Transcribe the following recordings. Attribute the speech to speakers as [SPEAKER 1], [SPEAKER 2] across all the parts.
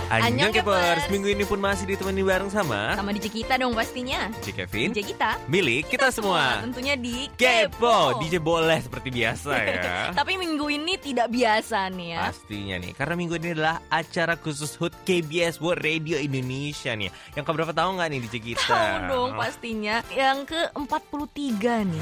[SPEAKER 1] Annyeong
[SPEAKER 2] Kepers.
[SPEAKER 1] Kepers. Minggu ini pun masih ditemani bareng sama
[SPEAKER 2] DJ kita dong pastinya.
[SPEAKER 1] DJ Kevin,
[SPEAKER 2] DJ kita.
[SPEAKER 1] milik kita semua.
[SPEAKER 2] Tentunya di
[SPEAKER 1] Kepo. DJ boleh seperti biasa ya.
[SPEAKER 2] Tapi minggu ini tidak biasa nih ya.
[SPEAKER 1] Pastinya nih, karena minggu ini adalah acara khusus HUT KBS World Radio Indonesia nih. Yang keberapa tahu nggak nih DJ kita?
[SPEAKER 2] Tahu dong pastinya. Yang ke-43 nih.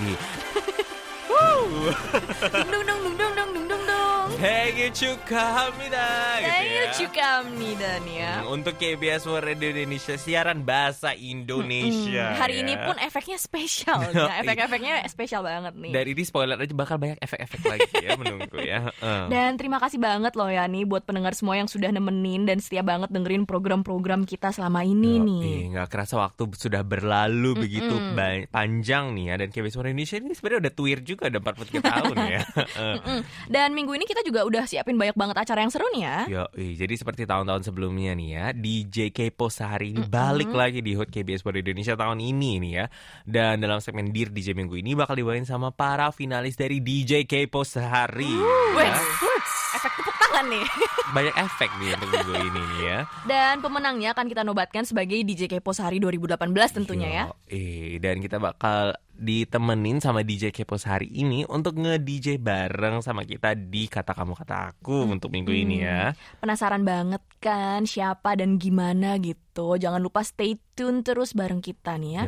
[SPEAKER 2] Dung dung dung dung dung dung dung.
[SPEAKER 1] Hege 축하합니다 gitu
[SPEAKER 2] Hege
[SPEAKER 1] ya.
[SPEAKER 2] 축하합니다 nih ya.
[SPEAKER 1] Untuk KBS World Radio Indonesia, siaran bahasa Indonesia.
[SPEAKER 2] Hari
[SPEAKER 1] ya.
[SPEAKER 2] ini pun efeknya spesial ya. Efek-efeknya spesial banget nih.
[SPEAKER 1] Dari ini spoiler aja bakal banyak efek-efek lagi ya menunggu ya.
[SPEAKER 2] Dan terima kasih banget loh ya nih buat pendengar semua yang sudah nemenin dan setia banget dengerin program-program kita selama ini nih.
[SPEAKER 1] Nggak kerasa waktu sudah berlalu begitu panjang nih ya. Dan KBS World Indonesia ini sebenarnya udah tuir juga, udah 43 tahun ya.
[SPEAKER 2] Dan minggu ini kita juga udah siapin banyak banget acara yang seru nih ya.
[SPEAKER 1] Jadi seperti tahun-tahun sebelumnya nih ya, DJ Kepo sehari ini balik lagi di HUT KBS World Indonesia tahun ini nih ya. Dan dalam segmen Dear DJ minggu ini bakal dibawain sama para finalis dari DJ Kepo sehari.
[SPEAKER 2] Efek tepuk tangan nih.
[SPEAKER 1] Banyak efek nih untuk minggu ini nih ya.
[SPEAKER 2] Dan pemenangnya akan kita nobatkan sebagai DJ Kepo sehari 2018 tentunya ya.
[SPEAKER 1] Dan kita bakal ditemenin sama DJ Kepo sehari ini untuk nge-DJ bareng sama kita di Kata Kamu Kata Aku untuk minggu ini ya.
[SPEAKER 2] Penasaran banget kan siapa dan gimana gitu. Jangan lupa stay tune terus bareng kita nih ya.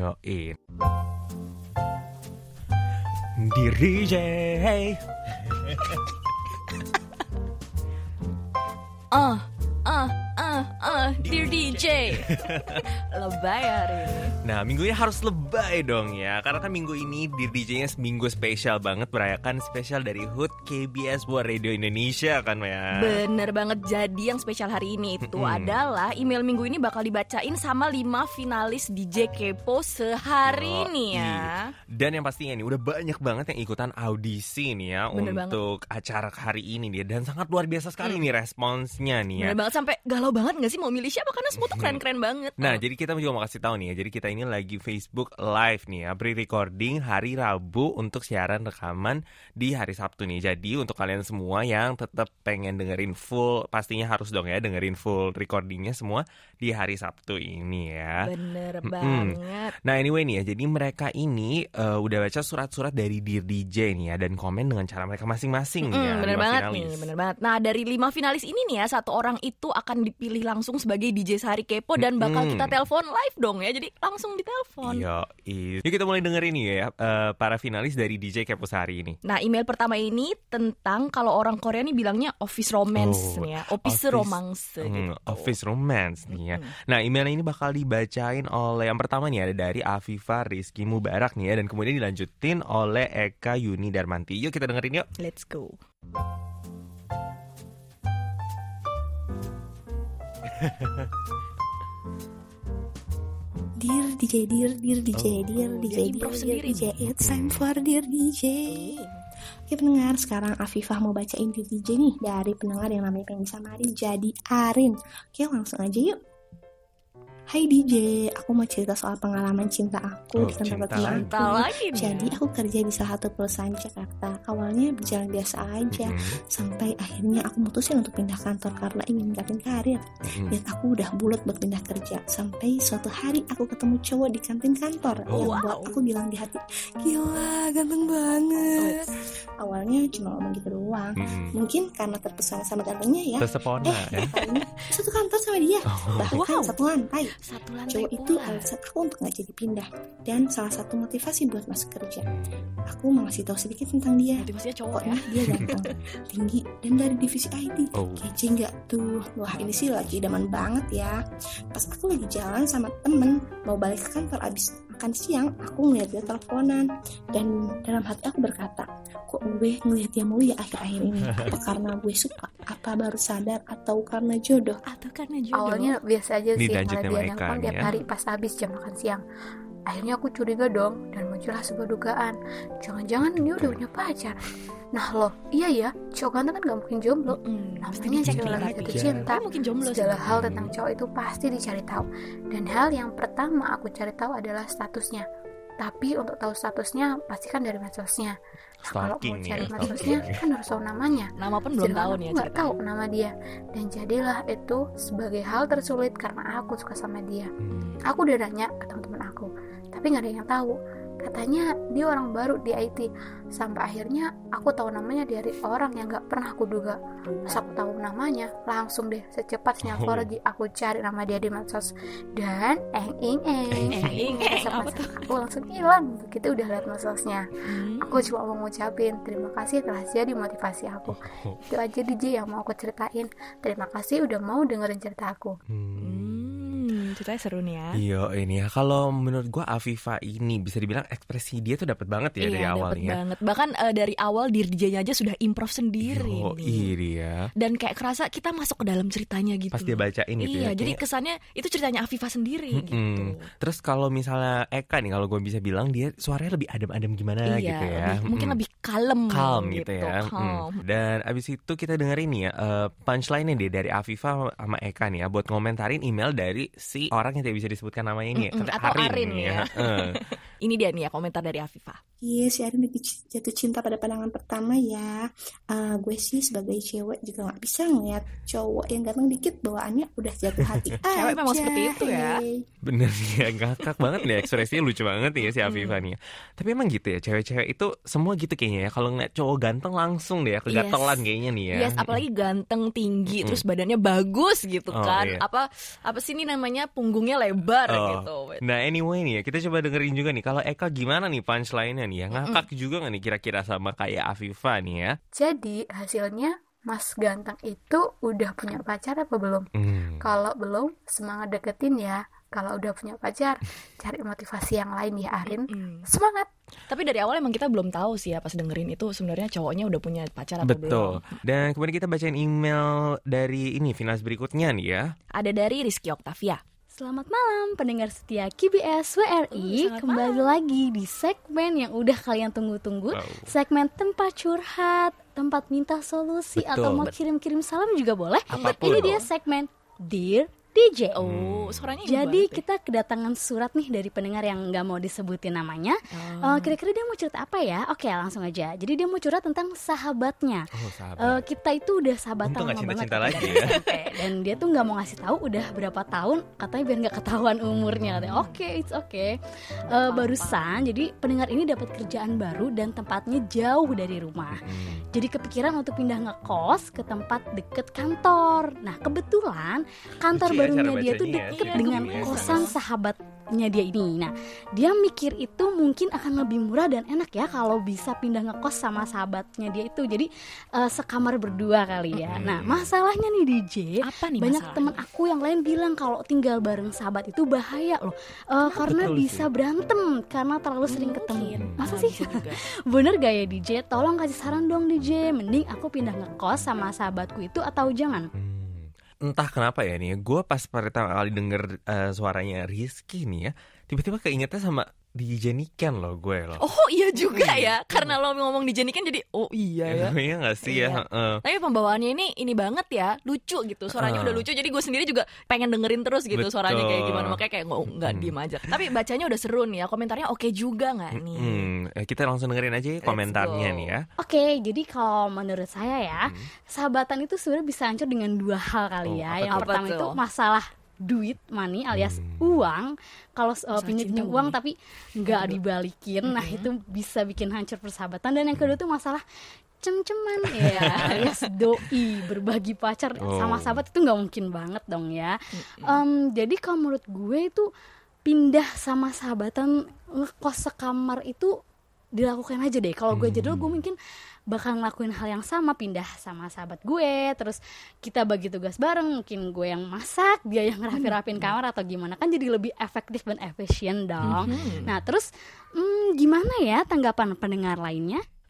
[SPEAKER 1] Dear DJ.
[SPEAKER 2] Dear DJ. Lebay hari ini.
[SPEAKER 1] Nah, minggu ini harus lebay dong ya. Karena kan minggu ini Dear DJ-nya minggu spesial banget, merayakan spesial dari HUT KBS World Radio Indonesia kan ya.
[SPEAKER 2] Bener banget. Jadi yang spesial hari ini itu adalah email minggu ini bakal dibacain sama 5 finalis DJ Kepo sehari nih ya.
[SPEAKER 1] Dan yang pastinya nih udah banyak banget yang ikutan audisi nih ya.
[SPEAKER 2] Bener
[SPEAKER 1] untuk banget. Acara hari ini nih. Dan sangat luar biasa sekali nih responsnya nih ya.
[SPEAKER 2] Bener banget, sampai galau banget gak sih mau milih siapa, karena semua tuh keren-keren banget.
[SPEAKER 1] Nah, jadi kita juga mau kasih tahu nih ya. Jadi kita ini lagi Facebook Live nih ya, pre-recording hari Rabu untuk siaran rekaman di hari Sabtu nih. Jadi untuk kalian semua yang tetap pengen dengerin full, pastinya harus dong ya dengerin full recordingnya semua di hari Sabtu ini ya.
[SPEAKER 2] Bener banget.
[SPEAKER 1] Nah anyway nih ya, jadi mereka ini udah baca surat-surat dari Dear DJ nih ya, dan komen dengan cara mereka masing-masing nih ya.
[SPEAKER 2] Bener banget
[SPEAKER 1] finalis.
[SPEAKER 2] nih, bener banget. Nah dari 5 finalis ini nih ya, 1 orang itu akan dipilih langsung sebagai DJ sehari Kepo dan bakal kita telepon live dong ya. Jadi langsung ditelepon.
[SPEAKER 1] Yuk kita mulai dengerin nih ya para finalis dari DJ Kepo sehari ini.
[SPEAKER 2] Nah email pertama ini tentang, kalau orang Korea nih bilangnya office romance nih ya. Office romance gitu.
[SPEAKER 1] Office romance nih ya. Nah email ini bakal dibacain oleh yang pertama nih ada dari Afifa Rizky Mubarak nih ya. Dan kemudian dilanjutin oleh Eka Yuni Darmanti. Yuk kita dengerin yuk.
[SPEAKER 2] Let's go.
[SPEAKER 3] Dear DJ, dear DJ, dear DJ, dear DJ, it's time for Dear DJ. Oke pendengar, sekarang Afifah mau bacain Dear DJ nih dari pendengar yang namanya pengen disamarin jadi Arin. Oke langsung aja yuk. Hai DJ, aku mau cerita soal pengalaman cinta aku di kantor pertama aku. Jadi aku kerja di salah satu perusahaan Jakarta. Awalnya berjalan biasa aja, sampai akhirnya aku mutusin untuk pindah kantor karena ingin meningkatin karir. Dan aku udah bulat buat pindah kerja. Sampai suatu hari aku ketemu cowok di kantin kantor yang buat aku bilang di hati, gila ganteng banget. Awalnya cuma ngomong gitu doang. Mungkin karena terpesona sama gantengnya ya.
[SPEAKER 1] Tersepona ya.
[SPEAKER 3] Satu kantor sama dia, bahkan satu lantai. Cowok itu
[SPEAKER 2] pula.
[SPEAKER 3] alasan aku untuk gak jadi pindah, dan salah satu motivasi buat masuk kerja. Aku mau ngasih tahu sedikit tentang dia.
[SPEAKER 2] Motivasinya cowok
[SPEAKER 3] Pokoknya dia ganteng, tinggi, dan dari divisi IT. Kece gak tuh? Wah ini sih lagi idaman banget ya. Pas aku lagi jalan sama temen mau balik ke kantor abis makan siang, aku ngeliat dia teleponan. Dan dalam hati aku berkata, kok gue ngeliat dia mulu ya akhir-akhir ini? Apa karena gue suka? Apa baru sadar? Atau karena jodoh?
[SPEAKER 4] Awalnya biasa aja sih,
[SPEAKER 1] Dilanjut
[SPEAKER 4] malah
[SPEAKER 1] sama
[SPEAKER 4] dia
[SPEAKER 1] Eka
[SPEAKER 4] nelfon
[SPEAKER 1] nih
[SPEAKER 4] tiap
[SPEAKER 1] ya.
[SPEAKER 4] hari pas habis jam makan siang. Akhirnya aku curiga dong, dan muncullah sebuah dugaan. Jangan-jangan dia udah punya pacar. Nah loh, iya ya, cowok ganteng kan gak mungkin jomblo. Namanya cewek lagi jatuh cinta.
[SPEAKER 2] Mungkin jomblo
[SPEAKER 4] Segala hal tentang cowok itu pasti dicari tahu. Dan hal yang pertama aku cari tahu adalah statusnya. Tapi untuk tahu statusnya pastikan dari medsosnya. Nah, kalau mau
[SPEAKER 1] Stalking
[SPEAKER 4] cari
[SPEAKER 1] ya,
[SPEAKER 4] medsosnya
[SPEAKER 1] stalking.
[SPEAKER 4] kan harus tahu namanya.
[SPEAKER 2] Nama pun belum
[SPEAKER 4] Sedangkan
[SPEAKER 2] tahu
[SPEAKER 4] aku
[SPEAKER 2] nih ya
[SPEAKER 4] nggak
[SPEAKER 2] ceritanya.
[SPEAKER 4] tahu nama dia. Dan jadilah itu sebagai hal tersulit karena aku suka sama dia. Aku udah nanya ke teman-teman aku, tapi nggak ada yang tahu. Katanya dia orang baru di IT. Sampai akhirnya aku tahu namanya dari orang yang nggak pernah aku duga. Pas aku tahu namanya, langsung deh secepatnya lagi aku cari nama dia di medsos. Dan resep aku langsung hilang begitu udah lihat medsosnya. Aku cuma mau ngucapin terima kasih telah jadi motivasi aku. Itu aja DJ yang mau aku ceritain. Terima kasih udah mau dengerin cerita aku.
[SPEAKER 2] Ceritanya seru nih ya.
[SPEAKER 1] Iya ini ya, kalau menurut gua Afifa ini bisa dibilang ekspresi dia tuh dapat banget ya dari awal
[SPEAKER 2] dapet
[SPEAKER 1] nih ya.
[SPEAKER 2] banget. Bahkan dari awal Dear DJ-nya aja sudah improv sendiri
[SPEAKER 1] Yo,
[SPEAKER 2] nih.
[SPEAKER 1] dia.
[SPEAKER 2] Dan kayak kerasa kita masuk ke dalam ceritanya gitu.
[SPEAKER 1] Pas dia bacain itu
[SPEAKER 2] Iya,
[SPEAKER 1] ya.
[SPEAKER 2] jadi
[SPEAKER 1] kayak-
[SPEAKER 2] kesannya itu ceritanya Afifa sendiri gitu.
[SPEAKER 1] Terus kalau misalnya Eka nih, kalau gue bisa bilang dia suaranya lebih adem-adem gimana
[SPEAKER 2] Iya,
[SPEAKER 1] gitu ya.
[SPEAKER 2] mungkin lebih kalem
[SPEAKER 1] gitu ya.
[SPEAKER 2] calm.
[SPEAKER 1] Dan abis itu kita dengerin nih ya punchline-nya deh dari Afifa sama Eka nih ya, buat ngomentarin email dari si orang yang tidak bisa disebutkan namanya ini ya. Katanya
[SPEAKER 2] atau Arin
[SPEAKER 1] nih
[SPEAKER 2] ya. Ini dia nih ya komentar dari Afifa.
[SPEAKER 3] Iya, si Arin lebih jatuh cinta pada pandangan pertama ya. Gue sih sebagai cewek juga nggak bisa ngeliat cowok yang ganteng dikit bawaannya udah jatuh hati aja.
[SPEAKER 2] Cewek memang seperti itu ya.
[SPEAKER 3] Hey.
[SPEAKER 1] Bener nih ya, ngakak banget nih ekspresinya, lucu banget nih ya si Afifa nih ya. Tapi emang gitu ya, cewek-cewek itu semua gitu kayaknya ya. Kalau ngeliat cowok ganteng langsung deh ya, kegatelan kayaknya nih ya.
[SPEAKER 2] Yes, apalagi ganteng, tinggi, terus badannya bagus gitu
[SPEAKER 1] Oh,
[SPEAKER 2] kan.
[SPEAKER 1] iya.
[SPEAKER 2] Apa sih ini namanya, punggungnya lebar gitu.
[SPEAKER 1] Nah anyway nih ya, kita coba dengerin juga nih kalau Eka gimana nih punchline-nya nih ya. Ngakak juga gak nih kira-kira sama kayak Afifa nih ya?
[SPEAKER 4] Jadi hasilnya Mas ganteng itu udah punya pacar apa belum? Kalau belum, semangat deketin ya. Kalau udah punya pacar, cari motivasi yang lain ya Arin. Semangat.
[SPEAKER 2] Tapi dari awal emang kita belum tahu sih ya pas dengerin itu sebenarnya cowoknya udah punya pacar atau belum.
[SPEAKER 1] Betul. Dan kemudian kita bacain email dari ini finalis berikutnya nih ya.
[SPEAKER 2] Ada dari Rizky Octavia.
[SPEAKER 5] Selamat malam pendengar setia KBS WRI.
[SPEAKER 2] Selamat
[SPEAKER 5] Kembali lagi di segmen yang udah kalian tunggu-tunggu.
[SPEAKER 1] Wow.
[SPEAKER 5] Segmen tempat curhat, tempat minta solusi,
[SPEAKER 1] Betul.
[SPEAKER 5] atau mau kirim-kirim salam juga boleh.
[SPEAKER 1] Apapun
[SPEAKER 5] Ini
[SPEAKER 1] dong.
[SPEAKER 5] dia segmen Dear DJ.
[SPEAKER 2] Oh, suaranya ini
[SPEAKER 5] Jadi
[SPEAKER 2] banget ya.
[SPEAKER 5] kita kedatangan surat nih dari pendengar yang nggak mau disebutin namanya. Kira-kira dia mau cerita apa ya? Oke, langsung aja. Jadi dia mau curhat tentang sahabatnya.
[SPEAKER 1] Oh sahabat.
[SPEAKER 5] Kita itu udah sahabatan
[SPEAKER 1] Untung
[SPEAKER 5] lama
[SPEAKER 1] nggak
[SPEAKER 5] banget
[SPEAKER 1] cinta-cinta
[SPEAKER 5] dari
[SPEAKER 1] lagi ya.
[SPEAKER 5] SMP. Dan dia tuh nggak mau ngasih tahu udah berapa tahun, katanya biar nggak ketahuan umurnya. Katanya oke, it's okay. Barusan jadi pendengar ini dapat kerjaan baru dan tempatnya jauh dari rumah. Jadi kepikiran untuk pindah ngekos ke tempat deket kantor. Nah kebetulan kantor
[SPEAKER 1] Lucu ya
[SPEAKER 5] barunya
[SPEAKER 1] cara
[SPEAKER 5] dia tuh
[SPEAKER 1] bacanya ya,
[SPEAKER 5] deket
[SPEAKER 1] cara
[SPEAKER 5] dengan
[SPEAKER 1] bacanya.
[SPEAKER 5] kosan sahabatnya dia ini. Nah dia mikir itu mungkin akan lebih murah dan enak ya kalau bisa pindah ngekos sama sahabatnya dia itu. Jadi sekamar berdua kali ya. Nah masalahnya nih DJ,
[SPEAKER 2] Apa nih
[SPEAKER 5] banyak
[SPEAKER 2] masalahnya?
[SPEAKER 5] teman aku yang lain bilang kalau tinggal bareng sahabat itu bahaya loh. Karena
[SPEAKER 1] Betul
[SPEAKER 5] bisa
[SPEAKER 1] sih.
[SPEAKER 5] berantem karena terlalu sering ketemu. Masa sih?
[SPEAKER 2] Gitu juga.
[SPEAKER 5] Bener gak ya DJ? Tolong kasih saran dong DJ. Mending aku pindah ngekos sama sahabatku itu atau jangan?
[SPEAKER 1] Entah kenapa ya nih, gue pas pertama kali denger suaranya Rizky nih ya, tiba-tiba keingetnya sama DJ Niken loh gue loh.
[SPEAKER 2] Oh iya juga ya, karena lo ngomong di Jenny kan jadi oh iya ya.
[SPEAKER 1] Iya gak sih ya?
[SPEAKER 2] Iya. Tapi pembawaannya ini banget ya, lucu gitu. Suaranya udah lucu, jadi gue sendiri juga pengen dengerin terus gitu.
[SPEAKER 1] Betul.
[SPEAKER 2] Suaranya kayak gimana, makanya kayak nggak diem aja. Tapi bacanya udah seru nih ya, komentarnya oke juga nggak nih?
[SPEAKER 1] Kita langsung dengerin aja ya komentarnya
[SPEAKER 2] go.
[SPEAKER 1] nih ya.
[SPEAKER 5] Oke, jadi kalau menurut saya ya, sahabatan itu sebenarnya bisa hancur dengan dua hal kali
[SPEAKER 1] Oh,
[SPEAKER 5] ya.
[SPEAKER 1] apa
[SPEAKER 5] Yang
[SPEAKER 2] tuh?
[SPEAKER 5] pertama
[SPEAKER 2] Apa
[SPEAKER 5] itu
[SPEAKER 2] tuh?
[SPEAKER 5] masalah duit, money alias uang. Kalau pinjam uang
[SPEAKER 2] nih.
[SPEAKER 5] tapi nggak dibalikin, nah itu bisa bikin hancur persahabatan. Dan yang kedua tuh masalah cem-ceman ya, alias doi, berbagi pacar sama sahabat itu nggak mungkin banget dong ya. Jadi kalau menurut gue itu pindah sama sahabatan ngekos sekamar itu dilakukan aja deh. Kalau gue jadul gue mungkin bakal ngelakuin hal yang sama, pindah sama sahabat gue, terus kita bagi tugas bareng, mungkin gue yang masak, dia yang rapi-rapin kamar atau gimana, kan jadi lebih efektif dan efisien dong. Nah terus gimana ya tanggapan pendengar lainnya?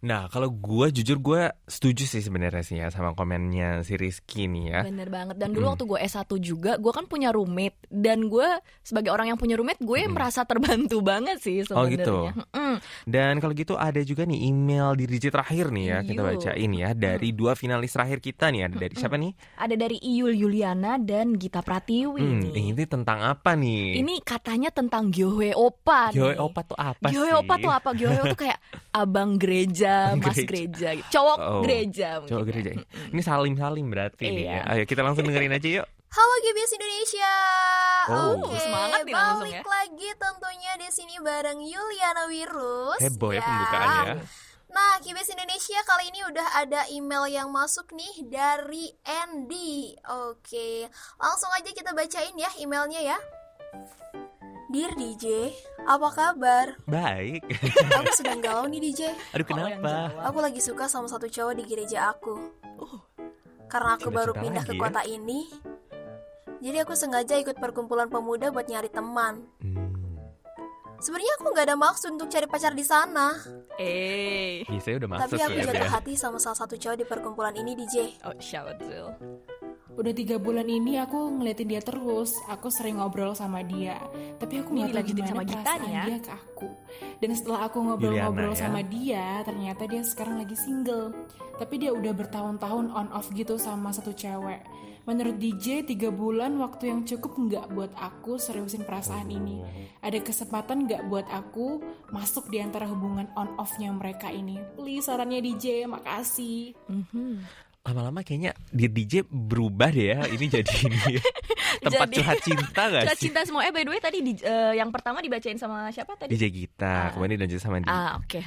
[SPEAKER 1] Nah, kalau jujur gue setuju sih sebenarnya sih ya sama komennya si Rizky nih ya.
[SPEAKER 2] Bener banget. Dan dulu waktu gue S1 juga, gue kan punya roommate. Dan gue sebagai orang yang punya roommate, gue merasa terbantu banget sih sebenarnya.
[SPEAKER 1] Oh gitu. Dan kalau gitu ada juga nih email di DJ terakhir nih ya, kita bacain ya. Dari 2 finalis terakhir kita nih, ada dari siapa nih?
[SPEAKER 2] Ada dari Iyul Yuliana dan Gita Pratiwi nih.
[SPEAKER 1] Ini tentang apa nih?
[SPEAKER 2] Ini katanya tentang Gyohe Opa nih.
[SPEAKER 1] Gyohe Opa tuh apa sih?
[SPEAKER 2] Gyohe Opa tuh apa? Gyohe Opa tuh kayak abang gereja, mas gereja, gitu. Cowok gereja mungkin.
[SPEAKER 1] Cowok gereja. Ini salim-salim berarti nih ya. Ayo kita langsung dengerin aja yuk.
[SPEAKER 4] Halo GBS Indonesia. Oke,
[SPEAKER 2] semangat nih langsung
[SPEAKER 4] balik
[SPEAKER 2] ya.
[SPEAKER 4] lagi tentunya di sini bareng Yuliana Wirus.
[SPEAKER 1] Heboh ya pembukaannya.
[SPEAKER 4] Nah, GBS Indonesia kali ini udah ada email yang masuk nih dari Andy. Oke, langsung aja kita bacain ya emailnya ya. Dear DJ, apa kabar?
[SPEAKER 1] Baik.
[SPEAKER 4] Aku sedang galau nih DJ.
[SPEAKER 1] Aduh kenapa?
[SPEAKER 4] Aku lagi suka sama satu cowok di gereja aku. Karena aku baru
[SPEAKER 1] Cinta-cinta
[SPEAKER 4] pindah ke
[SPEAKER 1] lagi ya?
[SPEAKER 4] kota ini, jadi aku sengaja ikut perkumpulan pemuda buat nyari teman. Sebenarnya aku nggak ada maksud untuk cari pacar di sana,
[SPEAKER 1] Biasanya udah masuk
[SPEAKER 4] tapi aku
[SPEAKER 1] ya.
[SPEAKER 4] jatuh hati sama salah satu cowok di perkumpulan ini DJ.
[SPEAKER 2] Oh, siapa tuh?
[SPEAKER 6] Udah 3 bulan ini aku ngeliatin dia terus. Aku sering ngobrol sama dia, tapi aku
[SPEAKER 2] Ini
[SPEAKER 6] nggak tahu
[SPEAKER 2] dilanjutin
[SPEAKER 6] gimana
[SPEAKER 2] sama Gita
[SPEAKER 6] perasaan
[SPEAKER 2] nih ya.
[SPEAKER 6] dia ke aku. Dan setelah aku ngobrol-ngobrol
[SPEAKER 1] Juliana, ya.
[SPEAKER 6] sama dia, ternyata dia sekarang lagi single. Tapi dia udah bertahun-tahun on off gitu sama satu cewek. Menurut DJ 3 bulan waktu yang cukup nggak buat aku seriusin perasaan ini. Ada kesempatan nggak buat aku masuk di antara hubungan on off-nya mereka ini? Please sarannya DJ, makasih.
[SPEAKER 1] Lama-lama kayaknya di DJ berubah deh ya. Ini jadi ini tempat
[SPEAKER 2] Jadi-
[SPEAKER 1] curhat cinta gak
[SPEAKER 2] Curhat
[SPEAKER 1] sih?
[SPEAKER 2] cinta semua. By the way tadi yang pertama dibacain sama siapa tadi?
[SPEAKER 1] DJ Gita, kemudian dilanjut sama dia.
[SPEAKER 2] Oke.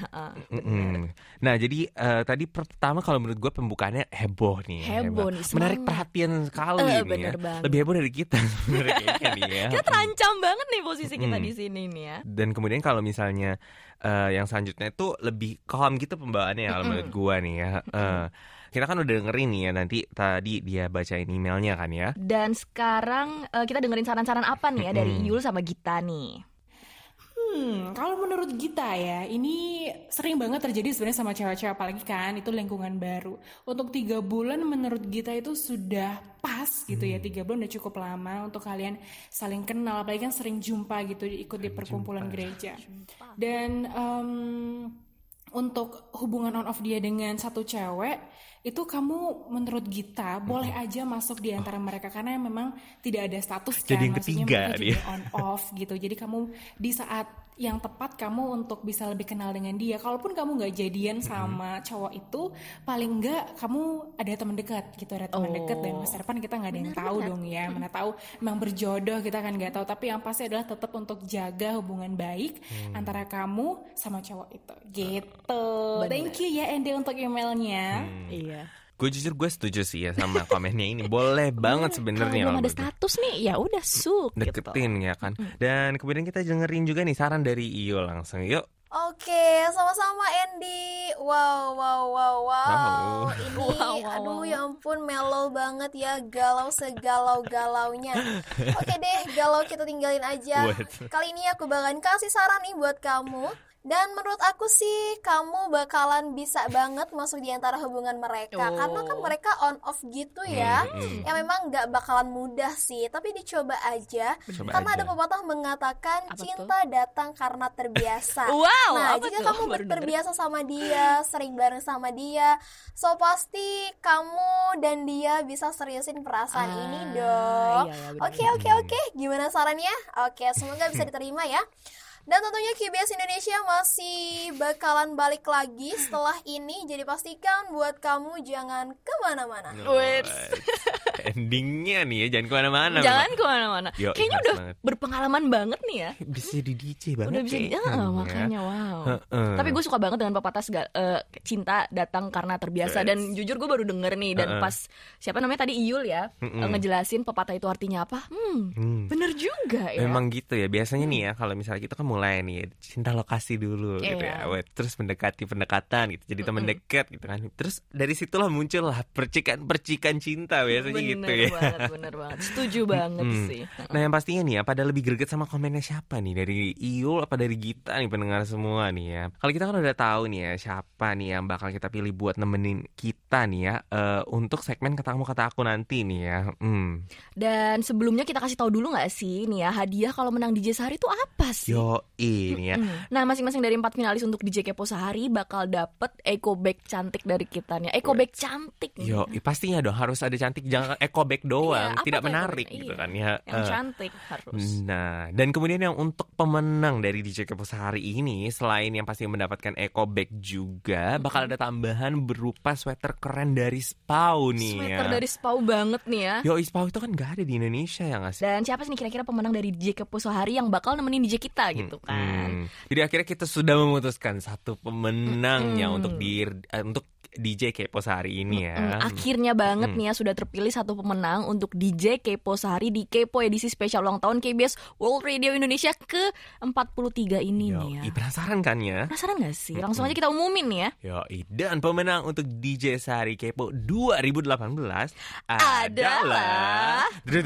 [SPEAKER 1] Nah jadi tadi pertama kalau menurut gue pembukaannya heboh nih.
[SPEAKER 2] Heboh nih, semangat.
[SPEAKER 1] Menarik perhatian sekali nih ya.
[SPEAKER 2] Bener banget.
[SPEAKER 1] Lebih heboh dari kita sebenarnya kayaknya nih ya.
[SPEAKER 2] Kita terancam banget nih posisi kita di sini nih ya.
[SPEAKER 1] Dan kemudian kalau misalnya yang selanjutnya itu lebih calm gitu pembawaannya kalau menurut gue nih ya. Kita kan udah dengerin nih ya, nanti tadi dia bacain emailnya kan ya.
[SPEAKER 2] Dan sekarang kita dengerin saran-saran apa nih ya dari Iyul sama Gita nih.
[SPEAKER 6] Kalau menurut Gita ya, ini sering banget terjadi sebenarnya sama cewek-cewek, apalagi kan itu lingkungan baru. Untuk 3 bulan menurut Gita itu sudah pas gitu ya. 3 bulan udah cukup lama untuk kalian saling kenal, apalagi kan sering jumpa gitu, ikut di perkumpulan gereja. Dan untuk hubungan on off dia dengan satu cewek, itu kamu menurut Gita boleh aja masuk di antara mereka karena memang tidak ada status kan,
[SPEAKER 1] Jadi yang
[SPEAKER 6] maksudnya
[SPEAKER 1] ketiga
[SPEAKER 6] mereka
[SPEAKER 1] dia.
[SPEAKER 6] juga on off gitu. Jadi kamu di saat yang tepat kamu untuk bisa lebih kenal dengan dia. Kalaupun kamu nggak jadian sama cowok itu, paling nggak kamu ada teman dekat gitu, ada teman dekat. Dan masa depan kita nggak ada yang tahu dong ya. Mana tahu memang berjodoh, kita kan nggak tahu. Tapi yang pasti adalah tetap untuk jaga hubungan baik antara kamu sama cowok itu. Gitu. Thank you ya Ende untuk emailnya.
[SPEAKER 2] Iya.
[SPEAKER 1] Gue jujur gue setuju sih ya sama komennya ini. Boleh banget sebenarnya.
[SPEAKER 2] Kalau belum ada
[SPEAKER 1] kalau
[SPEAKER 2] status nih, ya udah suk gitu.
[SPEAKER 1] deketin ya kan. Dan kemudian kita dengerin juga nih saran dari Iyo langsung. Yuk.
[SPEAKER 4] Oke, sama-sama Andy. Wow.
[SPEAKER 1] Wow.
[SPEAKER 4] Ini, aduh ya ampun, mellow banget ya, galau segalau-galaunya. Oke deh, galau kita tinggalin aja.
[SPEAKER 1] What?
[SPEAKER 4] Kali ini aku bakalan kasih saran nih buat kamu. Dan menurut aku sih, kamu bakalan bisa banget masuk di antara hubungan mereka. Karena kan mereka on off gitu ya. Yang memang gak bakalan mudah sih, tapi dicoba aja.
[SPEAKER 1] Coba
[SPEAKER 4] Karena
[SPEAKER 1] aja.
[SPEAKER 4] ada pepatah mengatakan
[SPEAKER 2] Apa
[SPEAKER 4] cinta datang karena terbiasa.
[SPEAKER 2] Wow,
[SPEAKER 4] Nah,
[SPEAKER 2] apa
[SPEAKER 4] jika
[SPEAKER 2] tuh?
[SPEAKER 4] kamu
[SPEAKER 2] Baru denger.
[SPEAKER 4] terbiasa sama dia, sering bareng sama dia, so pasti kamu dan dia bisa seriusin perasaan ini dong.
[SPEAKER 2] iya, benar.
[SPEAKER 4] Oke. Gimana sarannya? Oke, semoga bisa diterima ya. Dan tentunya KBS Indonesia masih bakalan balik lagi setelah ini. Jadi pastikan buat kamu jangan kemana-mana.
[SPEAKER 2] Wait.
[SPEAKER 1] Endingnya nih ya, jangan kemana-mana.
[SPEAKER 2] Jangan kemana-mana.
[SPEAKER 1] Yo,
[SPEAKER 2] Kayaknya
[SPEAKER 1] ikhlas
[SPEAKER 2] udah
[SPEAKER 1] banget.
[SPEAKER 2] berpengalaman banget nih ya.
[SPEAKER 1] Bisa di DJ banget.
[SPEAKER 2] Udah bisa,
[SPEAKER 1] kayaknya,
[SPEAKER 2] makanya wow.
[SPEAKER 1] Heeh.
[SPEAKER 2] Tapi gue suka banget dengan pepatah cinta datang karena terbiasa.
[SPEAKER 1] Yes.
[SPEAKER 2] Dan jujur gue baru denger nih. Dan pas siapa namanya tadi Iyul ya ngejelasin pepatah itu artinya apa. Bener juga ya.
[SPEAKER 1] Memang gitu ya. Biasanya nih ya, kalau misalnya kita kan mau mulai nih cinta lokasi dulu gitu ya. Terus pendekatan gitu, jadi teman dekat gitu kan. Terus dari situlah muncullah percikan cinta biasanya gitu ya.
[SPEAKER 2] Bener banget, setuju banget sih.
[SPEAKER 1] Nah yang pastinya nih ya, pada lebih greget sama komennya siapa nih? Dari Iul apa dari Gita nih pendengar semua nih ya. Kalau kita kan udah tahu nih ya siapa nih yang bakal kita pilih buat nemenin kita nih ya untuk segmen Kata Kamu Kata Aku nanti nih ya.
[SPEAKER 2] Dan sebelumnya kita kasih tahu dulu nggak sih nih ya, hadiah kalau menang DJ Sehari itu apa sih?
[SPEAKER 1] Ini ya.
[SPEAKER 2] Nah masing-masing dari 4 finalis untuk DJ Kepo Sehari bakal dapet eco bag cantik dari kita nih. Eco bag cantik nih.
[SPEAKER 1] Pastinya dong harus ada cantik, jangan eco bag doang, tidak menarik gitu kan ya.
[SPEAKER 2] Yang cantik harus.
[SPEAKER 1] Nah, dan kemudian yang untuk pemenang dari DJ Kepo Sehari ini, selain yang pasti mendapatkan eco bag juga, bakal ada tambahan berupa sweater keren dari Spau nih.
[SPEAKER 2] Sweater dari Spau banget nih ya.
[SPEAKER 1] Spau itu kan gak ada di Indonesia ya nggak sih?
[SPEAKER 2] Dan siapa sih nih kira-kira pemenang dari DJ Kepo Sehari yang bakal nemenin DJ kita gitu kan?
[SPEAKER 1] Jadi akhirnya kita sudah memutuskan satu pemenangnya untuk DJ Kepo Sehari ini ya.
[SPEAKER 2] Akhirnya banget nih ya sudah terpilih satu pemenang untuk DJ Kepo Sehari di Kepo edisi spesial ulang tahun KBS World Radio Indonesia ke-43 ini nih ya.
[SPEAKER 1] Penasaran kan ya?
[SPEAKER 2] Penasaran gak sih? Langsung aja kita umumin nih ya.
[SPEAKER 1] Dan pemenang untuk DJ Sehari Kepo 2018 adalah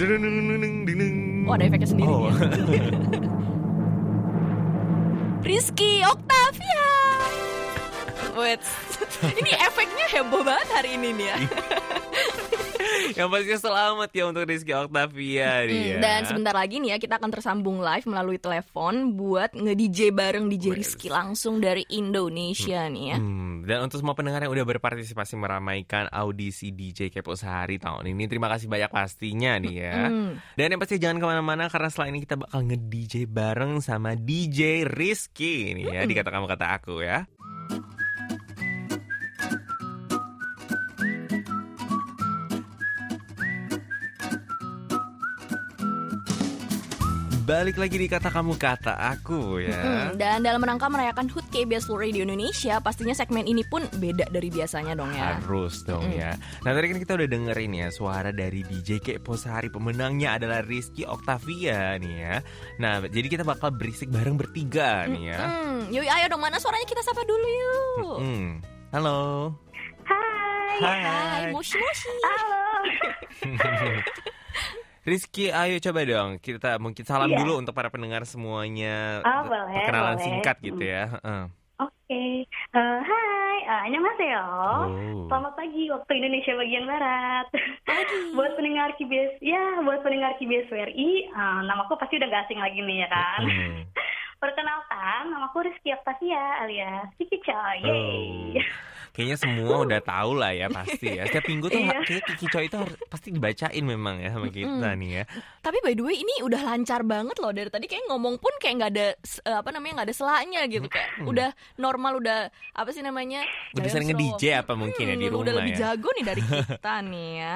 [SPEAKER 2] ada efeknya sendiri ya. Rizky Octavia. Ini efeknya heboh banget hari ini nih ya.
[SPEAKER 1] Yang pasti selamat ya untuk Rizky Octavia nih ya.
[SPEAKER 2] Dan sebentar lagi nih ya kita akan tersambung live melalui telepon buat nge-DJ bareng DJ Rizky langsung dari Indonesia nih ya.
[SPEAKER 1] Dan untuk semua pendengar yang udah berpartisipasi meramaikan audisi DJ Kepo Sehari tahun ini, terima kasih banyak pastinya nih ya. Dan yang pasti jangan kemana-mana karena setelah ini kita bakal nge-DJ bareng sama DJ Rizky nih ya di Kata Kamu Kata Aku ya. Balik lagi di Kata Kamu Kata Aku ya.
[SPEAKER 2] Dan dalam rangka merayakan HUT KBS World Radio Indonesia, pastinya segmen ini pun beda dari biasanya dong ya.
[SPEAKER 1] Harus dong ya. Nah tadi kan kita udah dengerin ya suara dari DJ Kepo Sehari, pemenangnya adalah Rizky Octavia nih ya. Nah jadi kita bakal berisik bareng bertiga nih ya.
[SPEAKER 2] Yuk ayo dong, mana suaranya, kita sapa dulu yuk.
[SPEAKER 1] Halo.
[SPEAKER 2] Hai. Moshi.
[SPEAKER 3] Halo.
[SPEAKER 1] Rizky, ayo coba dong kita mungkin salam dulu untuk para pendengar semuanya. Perkenalan singkat gitu ya.
[SPEAKER 3] Oke. Hai, annyeonghaseyo. Selamat pagi waktu Indonesia bagian barat. Buat pendengar KBS, buat pendengar KBS WRI, namaku pasti udah gak asing lagi nih ya kan. Perkenalkan, namaku Rizky Octavia alias Kiki Coy.
[SPEAKER 1] Kayaknya semua udah tahu lah ya pasti ya. Setiap minggu tuh kayak Kiki Coy itu pasti dibacain memang ya sama kita nih ya.
[SPEAKER 2] Tapi by the way ini udah lancar banget loh, dari tadi kayak ngomong pun kayak nggak ada nggak ada selanya gitu, kayak udah normal, udah apa sih namanya?
[SPEAKER 1] Udah sering nge-DJ apa mungkin ya di rumah.
[SPEAKER 2] Udah lebih jago nih dari kita nih ya.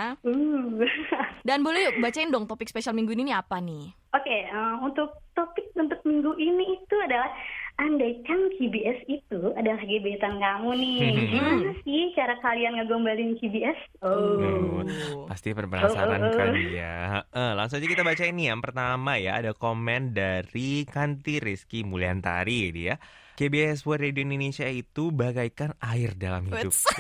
[SPEAKER 2] Dan boleh yuk bacain dong topik spesial minggu ini apa nih?
[SPEAKER 3] Oke, untuk topik untuk minggu ini itu adalah andaikan KBS itu adalah gebetan kamu nih, gimana sih cara kalian ngegombalin KBS?
[SPEAKER 1] Pasti penasaran kan ya. Langsung aja kita bacain nih. Yang pertama ya, ada komen dari Kanti Rizky Mulyantari dia. KBS World Radio Indonesia itu bagaikan air dalam hidupku.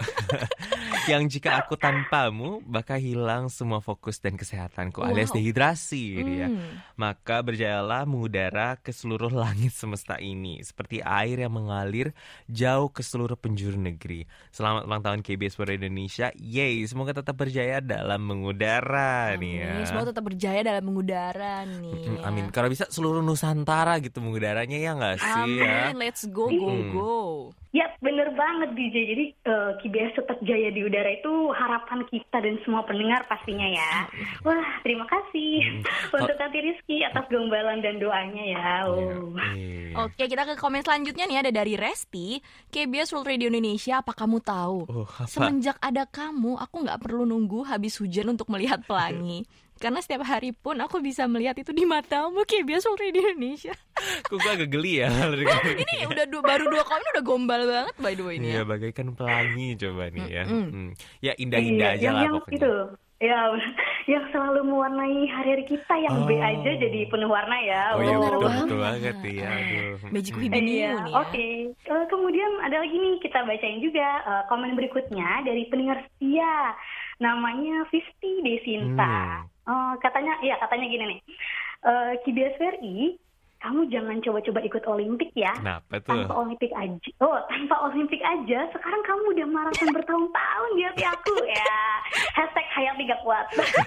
[SPEAKER 1] Yang jika aku tanpamu bakal hilang semua fokus dan kesehatanku, alias dehidrasi dia. Maka berjalanlah mengudara ke seluruh langit semesta ini seperti air yang mengalir jauh ke seluruh penjuru negeri. Selamat ulang tahun KBS World Indonesia. Yeay, semoga tetap berjaya dalam mengudara nih ya.
[SPEAKER 2] Semoga tetap berjaya dalam mengudara nih.
[SPEAKER 1] Amin. Kalau bisa seluruh Nusantara gitu mengudaranya ya nggak sih?
[SPEAKER 2] Amin.
[SPEAKER 1] Ya?
[SPEAKER 2] Let's go.
[SPEAKER 3] Ya bener banget DJ. Jadi KBS tetap jaya di udara itu harapan kita dan semua pendengar pastinya ya. Wah terima kasih untuk Kanti Rizky atas gombalan dan doanya ya.
[SPEAKER 2] Oke, kita ke komen selanjutnya nih, ada dari Resti. KBS World Radio Indonesia, apa kamu tahu? Semenjak ada kamu, aku gak perlu nunggu habis hujan untuk melihat pelangi. Karena setiap hari pun aku bisa melihat itu di matamu, KBS World Radio Indonesia.
[SPEAKER 1] Kok gue agak geli ya.
[SPEAKER 2] Ini udah baru 2 komen udah gombal banget by the way ini.
[SPEAKER 1] Iya, bagaikan pelangi coba nih ya. Ya indah-indah aja lah pokoknya.
[SPEAKER 7] Ya, yang selalu mewarnai hari-hari kita yang B aja jadi penuh warna ya.
[SPEAKER 1] Oh iya, betul banget ya. Aduh.
[SPEAKER 2] Magic Within nih ya.
[SPEAKER 7] Oke. Kemudian ada lagi nih, kita bacain juga komen berikutnya dari pendengar setia. Namanya Visti Desinta. Katanya gini nih. KBS WRI, kamu jangan coba-coba ikut Olimpik ya.
[SPEAKER 1] Kenapa tuh?
[SPEAKER 7] Tanpa Olimpik aja, sekarang kamu udah maraton bertahun-tahun di hati aku ya. #Hayati gak kuat.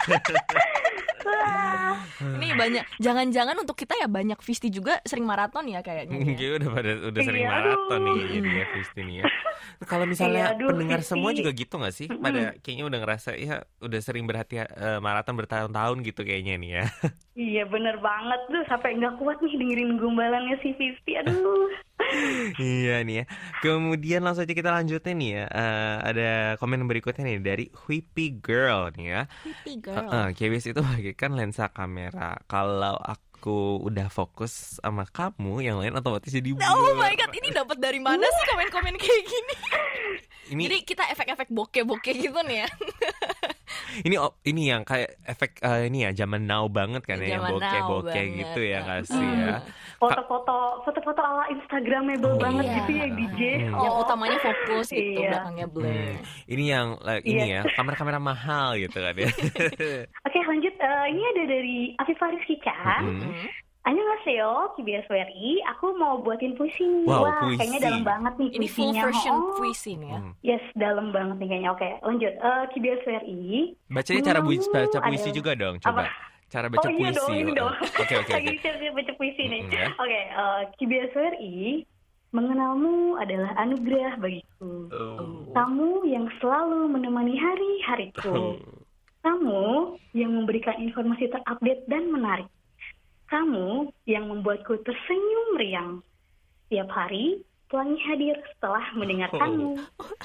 [SPEAKER 2] Ini banyak. Jangan-jangan untuk kita ya banyak Visti juga sering maraton ya kayaknya.
[SPEAKER 1] Udah sering maraton nih jadi ya Visti nih ya. Kalau misalnya pendengar
[SPEAKER 7] Visti
[SPEAKER 1] semua juga gitu nggak sih? Pada kayaknya udah ngerasa ya udah sering maraton bertahun-tahun gitu kayaknya nih ya.
[SPEAKER 7] Iya bener banget tuh, sampai nggak kuat nih dengerin gombalannya si Visti. Aduh.
[SPEAKER 1] Iya nih ya. Kemudian langsung aja kita lanjutin nih ya. Ada komen berikutnya nih dari Whippy Girl nih ya.
[SPEAKER 2] Whippy Girl.
[SPEAKER 1] KBS itu bagaikan lensa kamera. Kalau aku udah fokus sama kamu, yang lain otomatis jadi blur.
[SPEAKER 2] Oh my god, ini dapat dari mana sih komen-komen kayak gini? Jadi kita efek-efek bokeh-bokeh gitu nih ya.
[SPEAKER 1] Ini yang kayak efek ini ya zaman now banget kan ya, yang bokeh-bokeh gitu ya kasih ya.
[SPEAKER 7] Foto-foto ala Instagramable banget gitu ya DJ.
[SPEAKER 2] Yang utamanya fokus gitu, belakangnya blur.
[SPEAKER 1] Ini yang ya, kamera-kamera mahal gitu kan ya.
[SPEAKER 7] Oke, lanjut. Ini ada dari Afifah Rizkika. Annyeonghaseyo, KBS WRI. Aku mau buatin puisi nih.
[SPEAKER 1] Wow,
[SPEAKER 7] puisi. Kayaknya dalam banget nih puisinya.
[SPEAKER 2] Ini full version puisi nih ya.
[SPEAKER 7] Yes, dalam banget nih kayaknya. Oke, lanjut. KBS WRI.
[SPEAKER 1] Bacanya cara baca puisi juga dong, coba. Cara baca puisi.
[SPEAKER 7] Oh iya dong.
[SPEAKER 1] Oke.
[SPEAKER 7] Lagi siap-siap baca puisi nih. Oke, KBS WRI. Mengenalmu adalah anugerah bagiku. Kamu yang selalu menemani hari-hariku. Kamu yang memberikan informasi terupdate dan menarik. Kamu yang membuatku tersenyum riang. Tiap hari, Pelangi hadir setelah mendengarkanmu.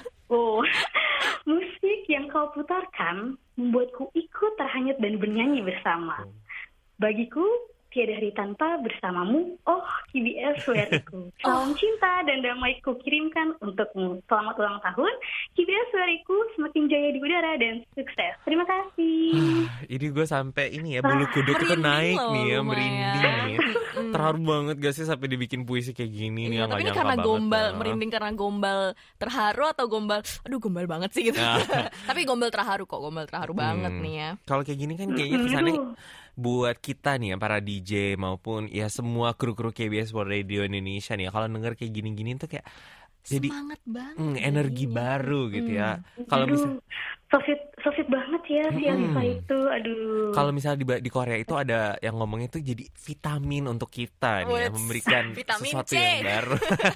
[SPEAKER 7] Musik yang kau putarkan membuatku ikut terhanyut dan bernyanyi bersama. Bagiku, tiada hari tanpa bersamamu, KBS WRI-ku. Salam cinta dan damai ku kirimkan untukmu. Selamat ulang tahun, KBS WRI-ku semakin jaya di udara dan sukses. Terima kasih.
[SPEAKER 1] Ini gue sampai ini ya, bulu kuduk itu naik nih ya, merinding nih. Terharu banget gak sih sampai dibikin puisi kayak gini nih.
[SPEAKER 2] Tapi ini karena gombal, merinding karena gombal terharu atau gombal, gombal banget sih gitu. Tapi gombal terharu banget nih ya.
[SPEAKER 1] Kalau kayak gini kan kayaknya kesannya buat kita nih ya, para DJ maupun ya semua kru-kru KBS World Radio Indonesia nih ya, kalau denger kayak gini-gini tuh kayak jadi
[SPEAKER 2] semangat banget,
[SPEAKER 1] energi baru gitu ya. Kalau misal
[SPEAKER 7] so fit banget ya si Alifa itu, aduh.
[SPEAKER 1] Kalau misalnya di Korea itu ada yang ngomongnya itu jadi vitamin untuk kita nih ya, memberikan sesuatu yang baru.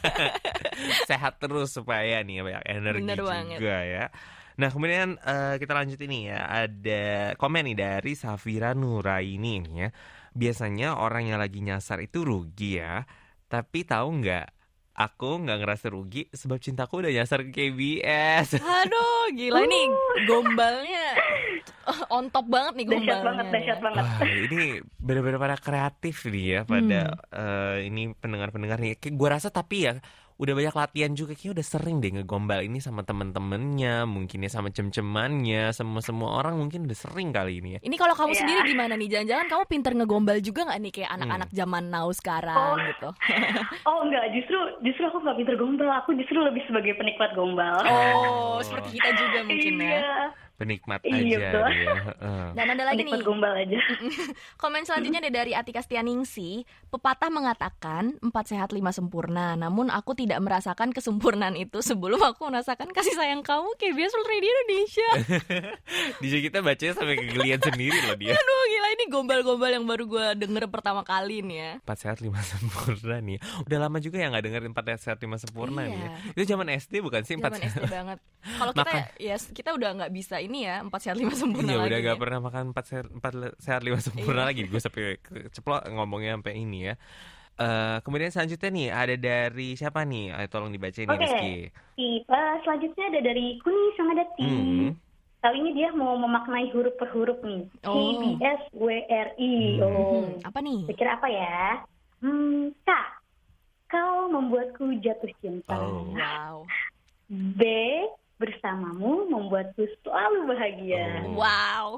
[SPEAKER 1] Sehat terus supaya nih ya banyak energi. Bener juga banget ya. Nah kemudian kita lanjut ini ya, ada komen nih dari Safira Nuraini nih ya. Biasanya orang yang lagi nyasar itu rugi ya, tapi tahu nggak? Aku nggak ngerasa rugi sebab cintaku udah nyasar ke KBS.
[SPEAKER 2] Aduh gila ini gombalnya on top banget nih gombalnya.
[SPEAKER 7] Dahsyat banget.
[SPEAKER 1] Wah, ini benar-benar pada kreatif nih ya pada ini pendengar-pendengar nih. Kayak gue rasa tapi ya udah banyak latihan juga, kayaknya udah sering deh ngegombal ini sama temen-temennya, mungkin ya sama cem-cemannya, semua orang mungkin udah sering kali ini ya.
[SPEAKER 2] Ini kalau kamu sendiri gimana nih? Jangan-jangan kamu pinter ngegombal juga nggak nih kayak anak-anak zaman now sekarang gitu?
[SPEAKER 7] Enggak, justru aku nggak pinter gombal, aku justru lebih sebagai penikmat gombal.
[SPEAKER 2] Seperti kita juga mungkin ya.
[SPEAKER 1] Penikmat aja dia.
[SPEAKER 2] Dan ada lagi
[SPEAKER 7] penikmat
[SPEAKER 2] nih
[SPEAKER 7] gombal aja.
[SPEAKER 2] Komen selanjutnya ada dari Atika Stianingsi. Pepatah mengatakan 4 sehat 5 sempurna. Namun aku tidak merasakan kesempurnaan itu sebelum aku merasakan kasih sayang kamu KBS World Radio Indonesia.
[SPEAKER 1] DJ kita bacanya sampai kegelian sendiri loh dia.
[SPEAKER 2] Aduh gila, ini gombal-gombal yang baru gue denger pertama kali nih ya.
[SPEAKER 1] 4 sehat 5 sempurna nih. Udah lama juga ya gak dengerin 4 sehat 5 sempurna nih ya. Itu zaman SD bukan sih?
[SPEAKER 2] Zaman SD banget. Kalau kita udah gak bisa ini ya 4 sehat 5 sempurna lagi.
[SPEAKER 1] Iya udah gak pernah makan 4 sehat 5 sempurna lagi. Gue sampai ceplok ngomongnya sampai ini ya. Kemudian selanjutnya nih ada dari siapa nih? Ayo tolong dibacain nih Rizky.
[SPEAKER 7] Selanjutnya ada dari Kuni Sangadati. Kali ini dia mau memaknai huruf per huruf nih. KBS WRI.
[SPEAKER 2] Apa nih?
[SPEAKER 7] Pikir apa ya? K. Kau membuatku jatuh cinta.
[SPEAKER 2] Wow.
[SPEAKER 7] B. bersamamu membuatku selalu bahagia.
[SPEAKER 2] Wow.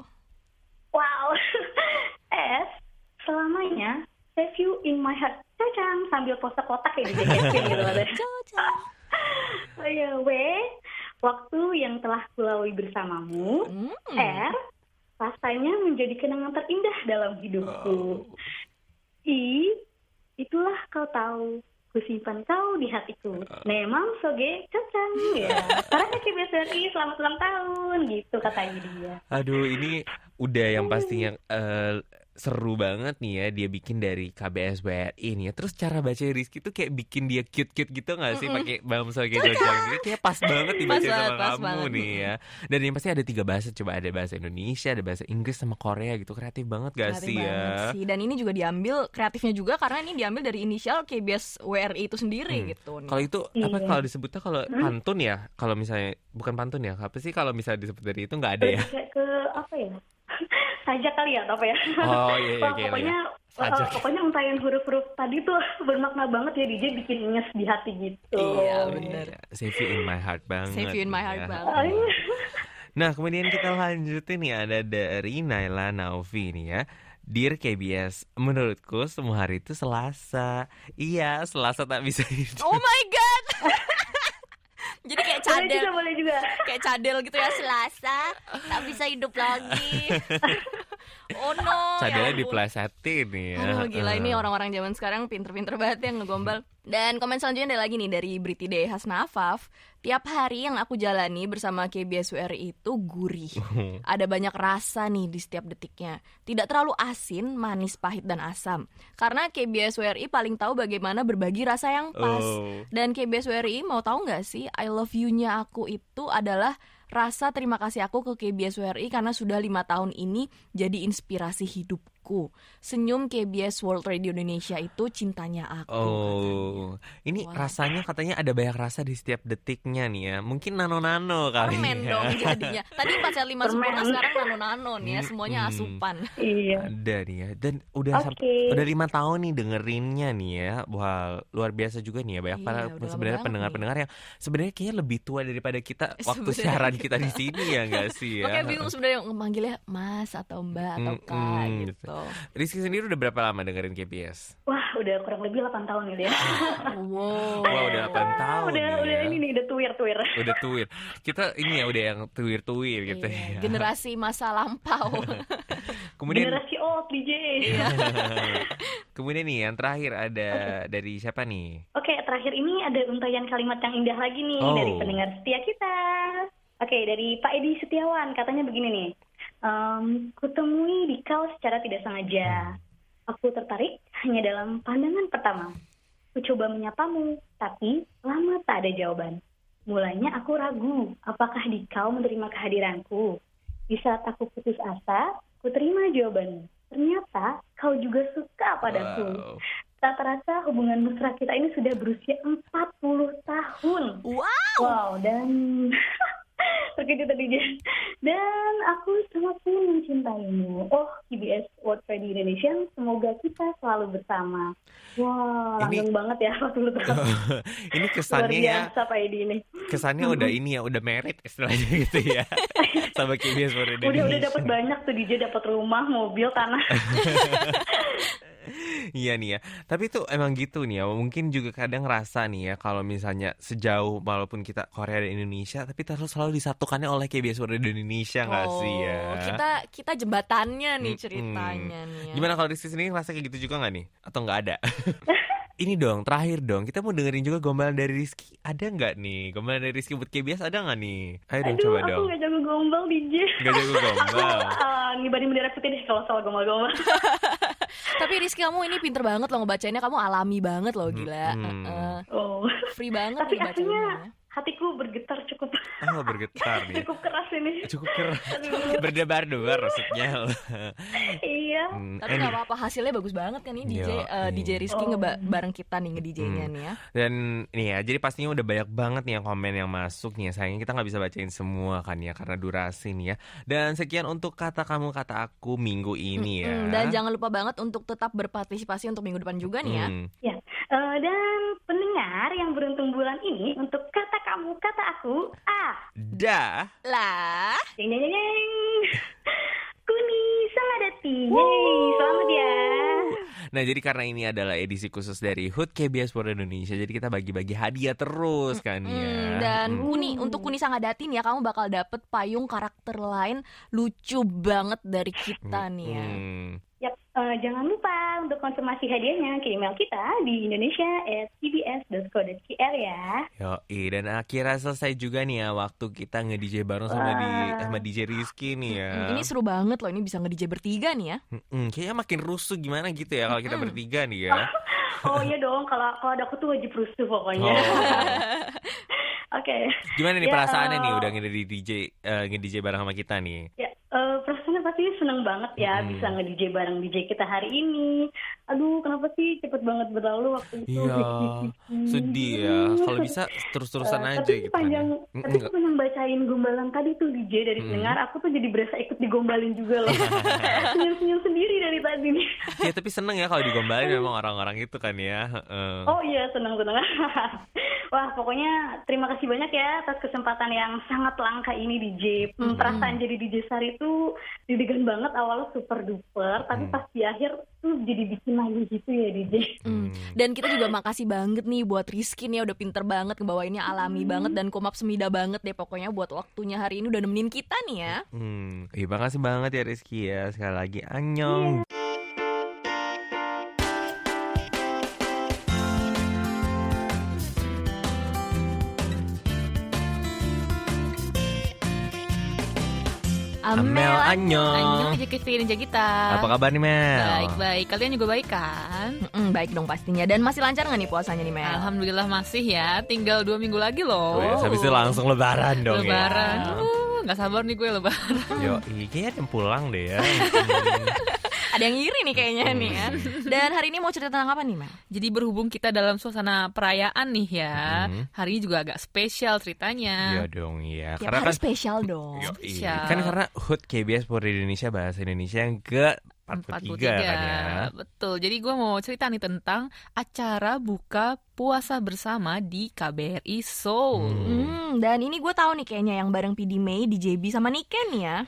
[SPEAKER 7] S, selamanya save you in my heart. Cacang, sambil pose kotak ya di jaket gitu. W, waktu yang telah kulalui bersamamu. R, rasanya menjadi kenangan terindah dalam hidupku. I, itulah kau tahu, kusimpan kau di hatiku. Memang soge cacang ya. Sekarang KBS WRI selamat ulang tahun gitu katanya dia.
[SPEAKER 1] Aduh, ini udah yang pastinya seru banget nih ya, dia bikin dari KBS WRI nih ya. Terus cara baca Rizky tuh kayak bikin dia cute-cute gitu gak sih, pakai bam soge cacang. Jadi kayak pas banget dibaca sama kamu nih ya. Dan yang pasti ada 3 bahasa, coba ada bahasa Indonesia, ada bahasa Inggris sama Korea gitu. Kreatif banget gak sih ya?
[SPEAKER 2] Sih. Dan ini juga diambil kreatifnya juga karena ini diambil dari inisial KBS WRI itu sendiri gitu.
[SPEAKER 1] Kalau itu apa kalau disebutnya kalau pantun ya? Kalau misalnya bukan pantun ya, apa sih kalau misalnya disebut dari itu nggak ada ya?
[SPEAKER 7] Ke apa ya? Sajak kali ya, apa ya?
[SPEAKER 1] Oh iya.
[SPEAKER 7] Pokoknya untayan huruf-huruf tadi tuh bermakna banget ya, DJ bikin nyes di hati gitu.
[SPEAKER 2] Iya benar.
[SPEAKER 1] Save you in my heart banget.
[SPEAKER 2] Save you in my heart
[SPEAKER 1] ya.
[SPEAKER 2] banget.
[SPEAKER 1] Nah kemudian kita lanjutin nih, ada dari Naila Naufi nih ya. Dear KBS, menurutku semua hari itu Selasa. Iya, Selasa tak bisa hidup.
[SPEAKER 2] Oh my god. Jadi kayak cadel.
[SPEAKER 7] Boleh juga.
[SPEAKER 2] Kayak cadel gitu ya, Selasa tak bisa hidup lagi. Oh no.
[SPEAKER 1] Cadelnya
[SPEAKER 2] ya
[SPEAKER 1] diplesetin nih ya.
[SPEAKER 2] Aduh gila, ini orang-orang zaman sekarang pinter-pinter banget ya ngegombal. Dan komen selanjutnya ada lagi nih dari Britide Hasnafaf. Tiap hari yang aku jalani bersama KBS WRI itu gurih. Ada banyak rasa nih di setiap detiknya. Tidak terlalu asin, manis, pahit, dan asam. Karena KBS WRI paling tahu bagaimana berbagi rasa yang pas. Dan KBS WRI mau tahu nggak sih, I love you-nya aku itu adalah rasa terima kasih aku ke KBS WRI karena sudah 5 tahun ini jadi inspirasi hidupku. Senyum KBS World Radio Indonesia itu cintanya aku.
[SPEAKER 1] Ini rasanya katanya ada banyak rasa di setiap detiknya nih ya. Mungkin nano-nano kali.
[SPEAKER 2] Permen
[SPEAKER 1] ya.
[SPEAKER 2] dong jadinya. Tadi 4 sehat 5 sempurna, sekarang nano-nano nih ya, semuanya asupan.
[SPEAKER 7] Iya.
[SPEAKER 1] Ada nih ya. Dan udah 5 tahun nih dengerinnya nih ya. Wah, luar biasa juga nih ya. Banyak para sebenarnya pendengar-pendengar yang sebenarnya kayaknya lebih tua daripada kita waktu siaran kita di sini ya nggak sih ya.
[SPEAKER 2] Makanya bingung sebenarnya manggilnya Mas atau Mbak atau Kak gitu.
[SPEAKER 1] Rizky sendiri udah berapa lama dengerin KBS?
[SPEAKER 7] Wah, udah kurang lebih 8 tahun gitu ya.
[SPEAKER 2] Wow.
[SPEAKER 1] Wah, udah 8 tahun.
[SPEAKER 7] Udah ini nih, udah tuir.
[SPEAKER 1] Udah tuir. Kita ini ya udah yang tuir gitu ya.
[SPEAKER 2] Generasi masa lampau.
[SPEAKER 7] Kemudian generasi old DJ.
[SPEAKER 1] Kemudian nih yang terakhir ada dari siapa nih?
[SPEAKER 7] Oke, terakhir ini ada untayan kalimat yang indah lagi nih dari pendengar setia kita. Oke, dari Pak Edi Setiawan, katanya begini nih. Kutemui di kau secara tidak sengaja. Aku tertarik hanya dalam pandangan pertama. Ku coba menyapamu, tapi lama tak ada jawaban. Mulanya aku ragu, apakah di kau menerima kehadiranku? Di saat aku putus asa, ku terima jawabanmu. Ternyata kau juga suka padaku. Tak terasa hubungan mesra kita ini sudah berusia 40 tahun. Wow, dan begitu tadi dia. Dan aku semakin mencintaimu. Oh, KBS World Radio Indonesia, semoga kita selalu bersama. Wah, langgeng banget ya 40 tahun.
[SPEAKER 1] Ini kesannya
[SPEAKER 7] luar biasa, Pak Edi ini.
[SPEAKER 1] Kesannya udah ini ya, udah merit istilahnya gitu ya. Sama KBS World Radio Indonesia.
[SPEAKER 7] Udah dapat banyak tuh DJ, dapat rumah, mobil, tanah.
[SPEAKER 1] Iya nih ya. Tapi tuh emang gitu nih ya. Mungkin juga kadang rasa nih ya, kalau misalnya sejauh walaupun kita Korea dan Indonesia, tapi terus selalu disatukannya oleh KBS World Radio Indonesia nggak sih ya?
[SPEAKER 2] Kita jembatannya nih ceritanya nih ya.
[SPEAKER 1] Gimana kalau Rizky sendiri ngerasa kayak gitu juga nggak nih? Atau nggak ada? Ini dong, terakhir dong, kita mau dengerin juga gombalan dari Rizky. Ada nggak nih? Gombalan dari Rizky buat KBS ada nggak nih? Ayo dong, coba dong.
[SPEAKER 7] Aduh, aku nggak jago gombal, DJ.
[SPEAKER 1] Nggak jago gombal.
[SPEAKER 7] Ngibadin bendera putih deh kalau soal gombal-gombal.
[SPEAKER 2] Tapi Rizky, kamu ini pinter banget loh ngebacainnya. Kamu alami banget loh, gila. Free banget.
[SPEAKER 7] Tapi aslinya hatiku bergetar cukup.
[SPEAKER 1] Oh, bergetar nih.
[SPEAKER 7] Cukup keras ini.
[SPEAKER 1] Cukup keras. Berdebar-debar maksudnya.
[SPEAKER 7] Iya.
[SPEAKER 2] Tapi nggak apa-apa, hasilnya bagus banget kan nih DJ Rizky bareng kita nih nge-DJ-nya nih ya.
[SPEAKER 1] Dan nih ya, jadi pastinya udah banyak banget nih yang komen yang masuk nih ya. Sayangnya kita nggak bisa bacain semua kan ya karena durasi nih ya. Dan sekian untuk kata kamu kata aku minggu ini ya.
[SPEAKER 2] Dan jangan lupa banget untuk tetap berpartisipasi untuk minggu depan juga nih ya.
[SPEAKER 7] Ya. Dan pendengar yang beruntung bulan ini untuk kata kamu, kata aku,
[SPEAKER 1] dah
[SPEAKER 2] lah.
[SPEAKER 7] Jeng jeng jeng jeng. Kuni Saladati. Yeay, selamat ya.
[SPEAKER 1] Nah, jadi karena ini adalah edisi khusus dari HUT KBS World Indonesia, jadi kita bagi-bagi hadiah terus kan ya.
[SPEAKER 2] Dan untuk Kuni Saladati nih ya, kamu bakal dapet payung karakter lain lucu banget dari kita nih ya.
[SPEAKER 7] Yap, jangan lupa untuk konfirmasi hadiahnya ke email kita di indonesia@cbs.co.kr ya.
[SPEAKER 1] Yoi, dan akhirnya selesai juga nih ya waktu kita nge-DJ bareng sama DJ Rizky nih ya.
[SPEAKER 2] Ini seru banget loh, ini bisa nge-DJ bertiga nih ya.
[SPEAKER 1] Kayaknya makin rusuh gimana gitu ya kalau kita bertiga nih ya.
[SPEAKER 7] Oh iya dong, kalau ada aku tuh wajib rusuh pokoknya. Oke.
[SPEAKER 1] Gimana nih perasaannya nih udah nge-DJ bareng sama kita nih?
[SPEAKER 7] Ya, perasaannya pasti seneng banget ya bisa nge-DJ bareng DJ kita hari ini. Aduh, kenapa sih cepet banget berlalu waktu itu?
[SPEAKER 1] Iya, sedih ya. Kalau bisa terus-terusan aja gitu kan.
[SPEAKER 7] Tapi sepanjang bacain gombalan tadi tuh DJ dari pendengar, aku tuh jadi berasa ikut digombalin juga loh. Senyum-senyum sendiri dari tadi nih.
[SPEAKER 1] Ya tapi seneng ya kalau digombalin memang orang-orang itu kan ya.
[SPEAKER 7] Oh iya, seneng. Wah, pokoknya terima kasih banyak ya atas kesempatan yang sangat langka ini DJ. Perasaan jadi DJ Sari itu deg-degan banget, awalnya super duper, tapi pas di akhir tuh jadi bikin lagi gitu ya DJ.
[SPEAKER 2] Dan kita juga makasih banget nih buat Rizky nih, udah pinter banget ngebawainnya alami banget dan komap semida banget deh pokoknya buat waktunya hari ini udah nemenin kita nih ya.
[SPEAKER 1] Makasih banget ya Rizky ya, sekali lagi annyeong. Amel, annyeong.
[SPEAKER 5] Annyeong PJKT kita.
[SPEAKER 1] Apa kabar nih Mel?
[SPEAKER 5] Baik. Kalian juga baik kan?
[SPEAKER 2] Baik dong pastinya. Dan masih lancar gak nih puasanya nih Mel?
[SPEAKER 5] Alhamdulillah masih ya. Tinggal 2 minggu lagi loh.
[SPEAKER 1] Habis itu langsung lebaran dong
[SPEAKER 5] Lebaran.
[SPEAKER 1] ya.
[SPEAKER 5] Gak sabar nih gue lebaran.
[SPEAKER 1] Kayaknya ada yang pulang deh ya.
[SPEAKER 2] Ada yang iri nih kayaknya nih kan. Dan hari ini mau cerita tentang apa nih Mel?
[SPEAKER 5] Jadi berhubung kita dalam suasana perayaan nih ya, hari ini juga agak spesial ceritanya.
[SPEAKER 1] Iya dong ya.
[SPEAKER 2] Karena kan spesial dong.
[SPEAKER 1] Kan karena HUT KBS World Indonesia Bahasa Indonesia yang ke-43 kan ya.
[SPEAKER 5] Betul. Jadi gue mau cerita nih tentang acara buka puasa bersama di KBRI Seoul.
[SPEAKER 2] Dan ini gue tahu nih kayaknya yang bareng PD May, DJ B sama Niken ya.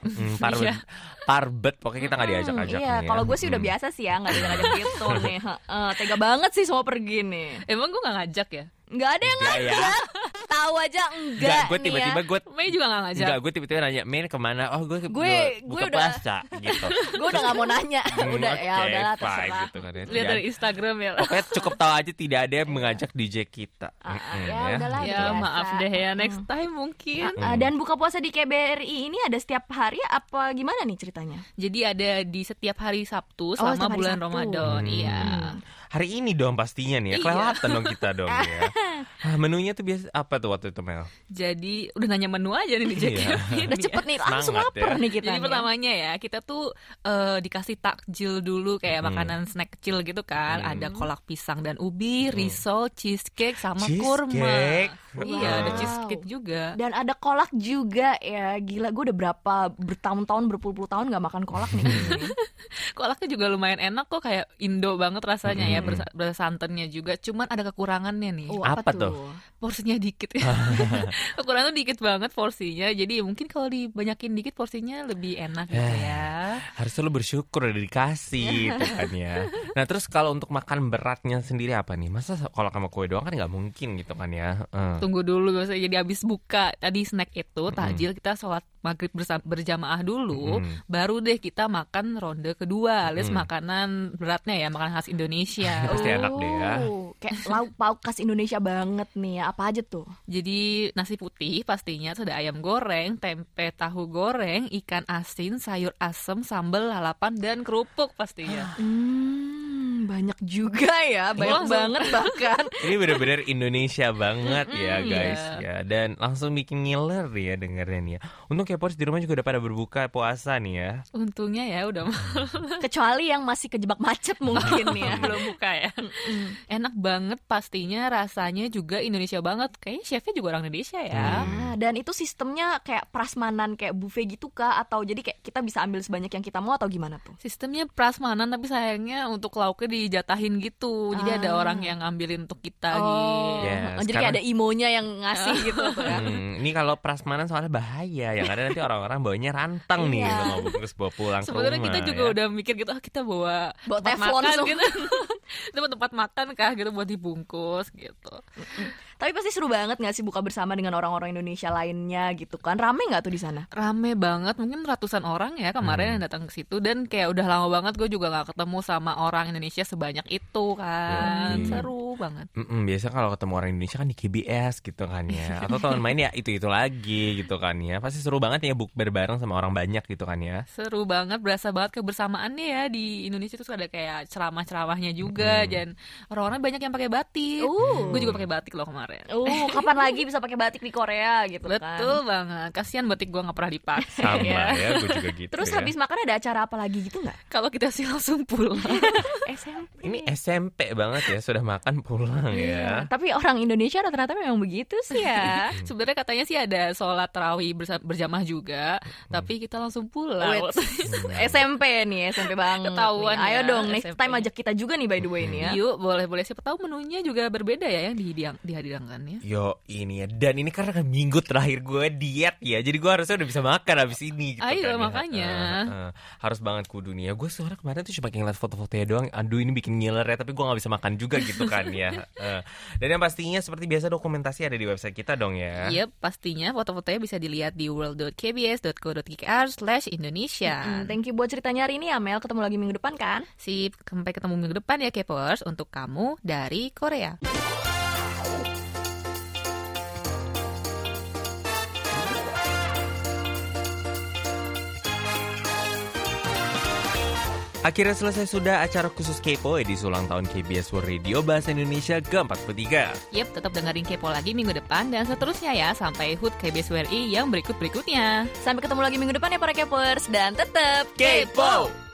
[SPEAKER 1] Parbet, pokoknya kita nggak diajak-ajak nih ya.
[SPEAKER 2] Kalau gue sih udah biasa sih ya, nggak diajak gitu nih. Tega banget sih semua pergi nih.
[SPEAKER 5] Emang gue nggak ngajak ya?
[SPEAKER 2] Nggak ada yang ngajak. Tahu aja enggak
[SPEAKER 1] gue
[SPEAKER 2] nih
[SPEAKER 1] tiba-tiba
[SPEAKER 2] ya.
[SPEAKER 5] Mei juga nggak ngajak.
[SPEAKER 1] Enggak, gue tiba-tiba nanya, Mei kemana? Oh, gue buka
[SPEAKER 2] udah
[SPEAKER 1] puasa gitu.
[SPEAKER 2] Gue udah nggak mau nanya. Udahlah terserah.
[SPEAKER 1] Gitu kan, ya.
[SPEAKER 5] Lihat dari Instagram ya.
[SPEAKER 1] Pokoknya cukup tahu aja tidak ada yang mengajak DJ kita.
[SPEAKER 2] Udahlah.
[SPEAKER 5] Ya maaf deh ya, next time mungkin.
[SPEAKER 2] Dan buka puasa di KBRI ini ada setiap hari apa gimana nih ceritanya?
[SPEAKER 5] Jadi ada di setiap hari Sabtu selama bulan Ramadan. Iya.
[SPEAKER 1] Hari ini dong pastinya nih ya, kelewatan dong kita dong ya. Menunya tuh biasa apa tuh waktu itu Mel?
[SPEAKER 5] Jadi udah nanya menu aja nih di JKT.
[SPEAKER 2] Udah cepet nih, langsung lapar nih kita.
[SPEAKER 5] Jadi pertamanya ya, kita tuh dikasih takjil dulu kayak makanan snack kecil gitu kan. Ada kolak pisang dan ubi, risol, cheesecake sama kurma. Iya, ada cheesecake juga.
[SPEAKER 2] Dan ada kolak juga ya. Gila, gue udah bertahun-tahun, berpuluh-puluh tahun gak makan kolak nih.
[SPEAKER 5] Kolaknya juga lumayan enak kok, kayak Indo banget rasanya ya, bersantannya juga. Cuman ada kekurangannya nih.
[SPEAKER 1] Apa tuh?
[SPEAKER 5] Porsinya dikit. Kekurangan dikit banget porsinya. Jadi mungkin kalau dibanyakin dikit porsinya lebih enak gitu ya.
[SPEAKER 1] Harusnya lu bersyukur udah dikasih gitu kan ya. Nah terus kalau untuk makan beratnya sendiri apa nih? Masa kolak sama kue doang kan nggak mungkin gitu kan ya.
[SPEAKER 5] Tunggu dulu biasanya. Jadi abis buka tadi snack itu takjil, kita sholat maghrib berjamaah dulu, baru deh kita makan ronde kedua, alias makanan beratnya ya, makanan khas Indonesia.
[SPEAKER 1] Pasti enak deh ya.
[SPEAKER 2] Kayak lauk pauk khas Indonesia banget nih ya. Apa aja tuh?
[SPEAKER 5] Jadi nasi putih pastinya, terus ada ayam goreng, tempe tahu goreng, ikan asin, sayur asem, sambal, lalapan, dan kerupuk pastinya.
[SPEAKER 2] Banyak juga ya, banyak banget bahkan.
[SPEAKER 1] Ini benar-benar Indonesia banget ya guys ya. Dan langsung bikin ngiler ya dengernya nih ya. Untung K-popers di rumah juga udah pada berbuka puasa nih ya.
[SPEAKER 5] Untungnya ya udah.
[SPEAKER 2] Kecuali yang masih kejebak macet mungkin ya.
[SPEAKER 5] Belum buka ya. Enak banget pastinya, rasanya juga Indonesia banget. Kayaknya chefnya juga orang Indonesia ya.
[SPEAKER 2] Dan itu sistemnya kayak prasmanan, kayak buffet gitu kah? Atau jadi kayak kita bisa ambil sebanyak yang kita mau atau gimana tuh?
[SPEAKER 5] Sistemnya prasmanan, tapi sayangnya untuk lauknya
[SPEAKER 8] dijatahin gitu. Jadi ada orang yang ngambilin untuk kita gitu.
[SPEAKER 1] Ya,
[SPEAKER 2] jadi kayak ada imonya yang ngasih gitu ya.
[SPEAKER 1] Ini kalau prasmanan soalnya bahaya. Yang ada nanti orang-orang bawanya rantang nih gitu, mau bungkus bawa pulang ke rumah.
[SPEAKER 8] Sebenarnya kita juga udah mikir gitu, kita bawa
[SPEAKER 2] teflon
[SPEAKER 8] makan gitu. Tempat makan kah gitu buat dibungkus gitu.
[SPEAKER 2] Tapi pasti seru banget nggak sih buka bersama dengan orang-orang Indonesia lainnya gitu kan? Rame nggak tuh di sana?
[SPEAKER 8] Rame banget, mungkin ratusan orang ya kemarin yang datang ke situ, dan kayak udah lama banget gue juga nggak ketemu sama orang Indonesia sebanyak itu kan. Seru banget.
[SPEAKER 1] Biasa kalau ketemu orang Indonesia kan di KBS gitu kan ya, atau teman main ya itu lagi gitu kan ya. Pasti seru banget ya bukber bareng sama orang banyak gitu kan ya.
[SPEAKER 8] Seru banget, berasa banget kebersamaannya ya di Indonesia. Terus ada kayak ceramah-ceramahnya juga, dan orang-orang banyak yang pakai batik. Gue juga pakai batik loh kemarin.
[SPEAKER 2] Kapan lagi bisa pakai batik di Korea gitu kan?
[SPEAKER 8] Betul banget. Kasihan batik gue nggak pernah dipakai.
[SPEAKER 1] Sama ya, gue juga gitu.
[SPEAKER 2] Terus habis makan ada acara apa lagi gitu nggak?
[SPEAKER 8] Kalau kita sih langsung pulang.
[SPEAKER 2] SMP.
[SPEAKER 1] Ini SMP banget ya, sudah makan pulang ya.
[SPEAKER 2] Tapi orang Indonesia rata-rata memang begitu sih ya.
[SPEAKER 8] Sebenarnya katanya sih ada sholat tarawih berjamaah juga, tapi kita langsung pulang.
[SPEAKER 2] SMP nih, SMP banget.
[SPEAKER 8] Ketahuan
[SPEAKER 2] nih. Ayo
[SPEAKER 8] ya,
[SPEAKER 2] dong, next
[SPEAKER 8] SMP.
[SPEAKER 2] time ajak kita juga nih by the way nih ya.
[SPEAKER 8] Yuk, boleh. Siapa tahu menunya juga berbeda ya yang dihadirkan ya.
[SPEAKER 1] Yo ini ya, dan ini karena minggu terakhir gue diet ya, jadi gue harusnya udah bisa makan abis ini gitu.
[SPEAKER 8] Ayo
[SPEAKER 1] kan,
[SPEAKER 8] makanya
[SPEAKER 1] harus banget kudu nih ya. Gue sebenarnya kemarin tuh cuma ngeliat foto-fotonya doang, aduh ini bikin ngiler ya, tapi gue nggak bisa makan juga gitu kan ya. Dan yang pastinya seperti biasa dokumentasi ada di website kita dong ya.
[SPEAKER 8] Yep, pastinya foto-fotonya bisa dilihat di world.kbs.co.kr/Indonesia.
[SPEAKER 2] Thank you buat ceritanya hari ini Amel, ketemu lagi minggu depan kan?
[SPEAKER 8] Sip, sampai ketemu minggu depan ya Kpopers, untuk kamu dari Korea.
[SPEAKER 1] Akhirnya selesai sudah acara khusus Kepo edisi ulang tahun KBS World Radio Bahasa Indonesia ke-43.
[SPEAKER 8] Yep, tetap dengerin Kepo lagi minggu depan dan seterusnya ya, sampai HUT KBS WRI yang berikut-berikutnya.
[SPEAKER 2] Sampai ketemu lagi minggu depan ya para Kepers, dan tetap
[SPEAKER 1] Kepo!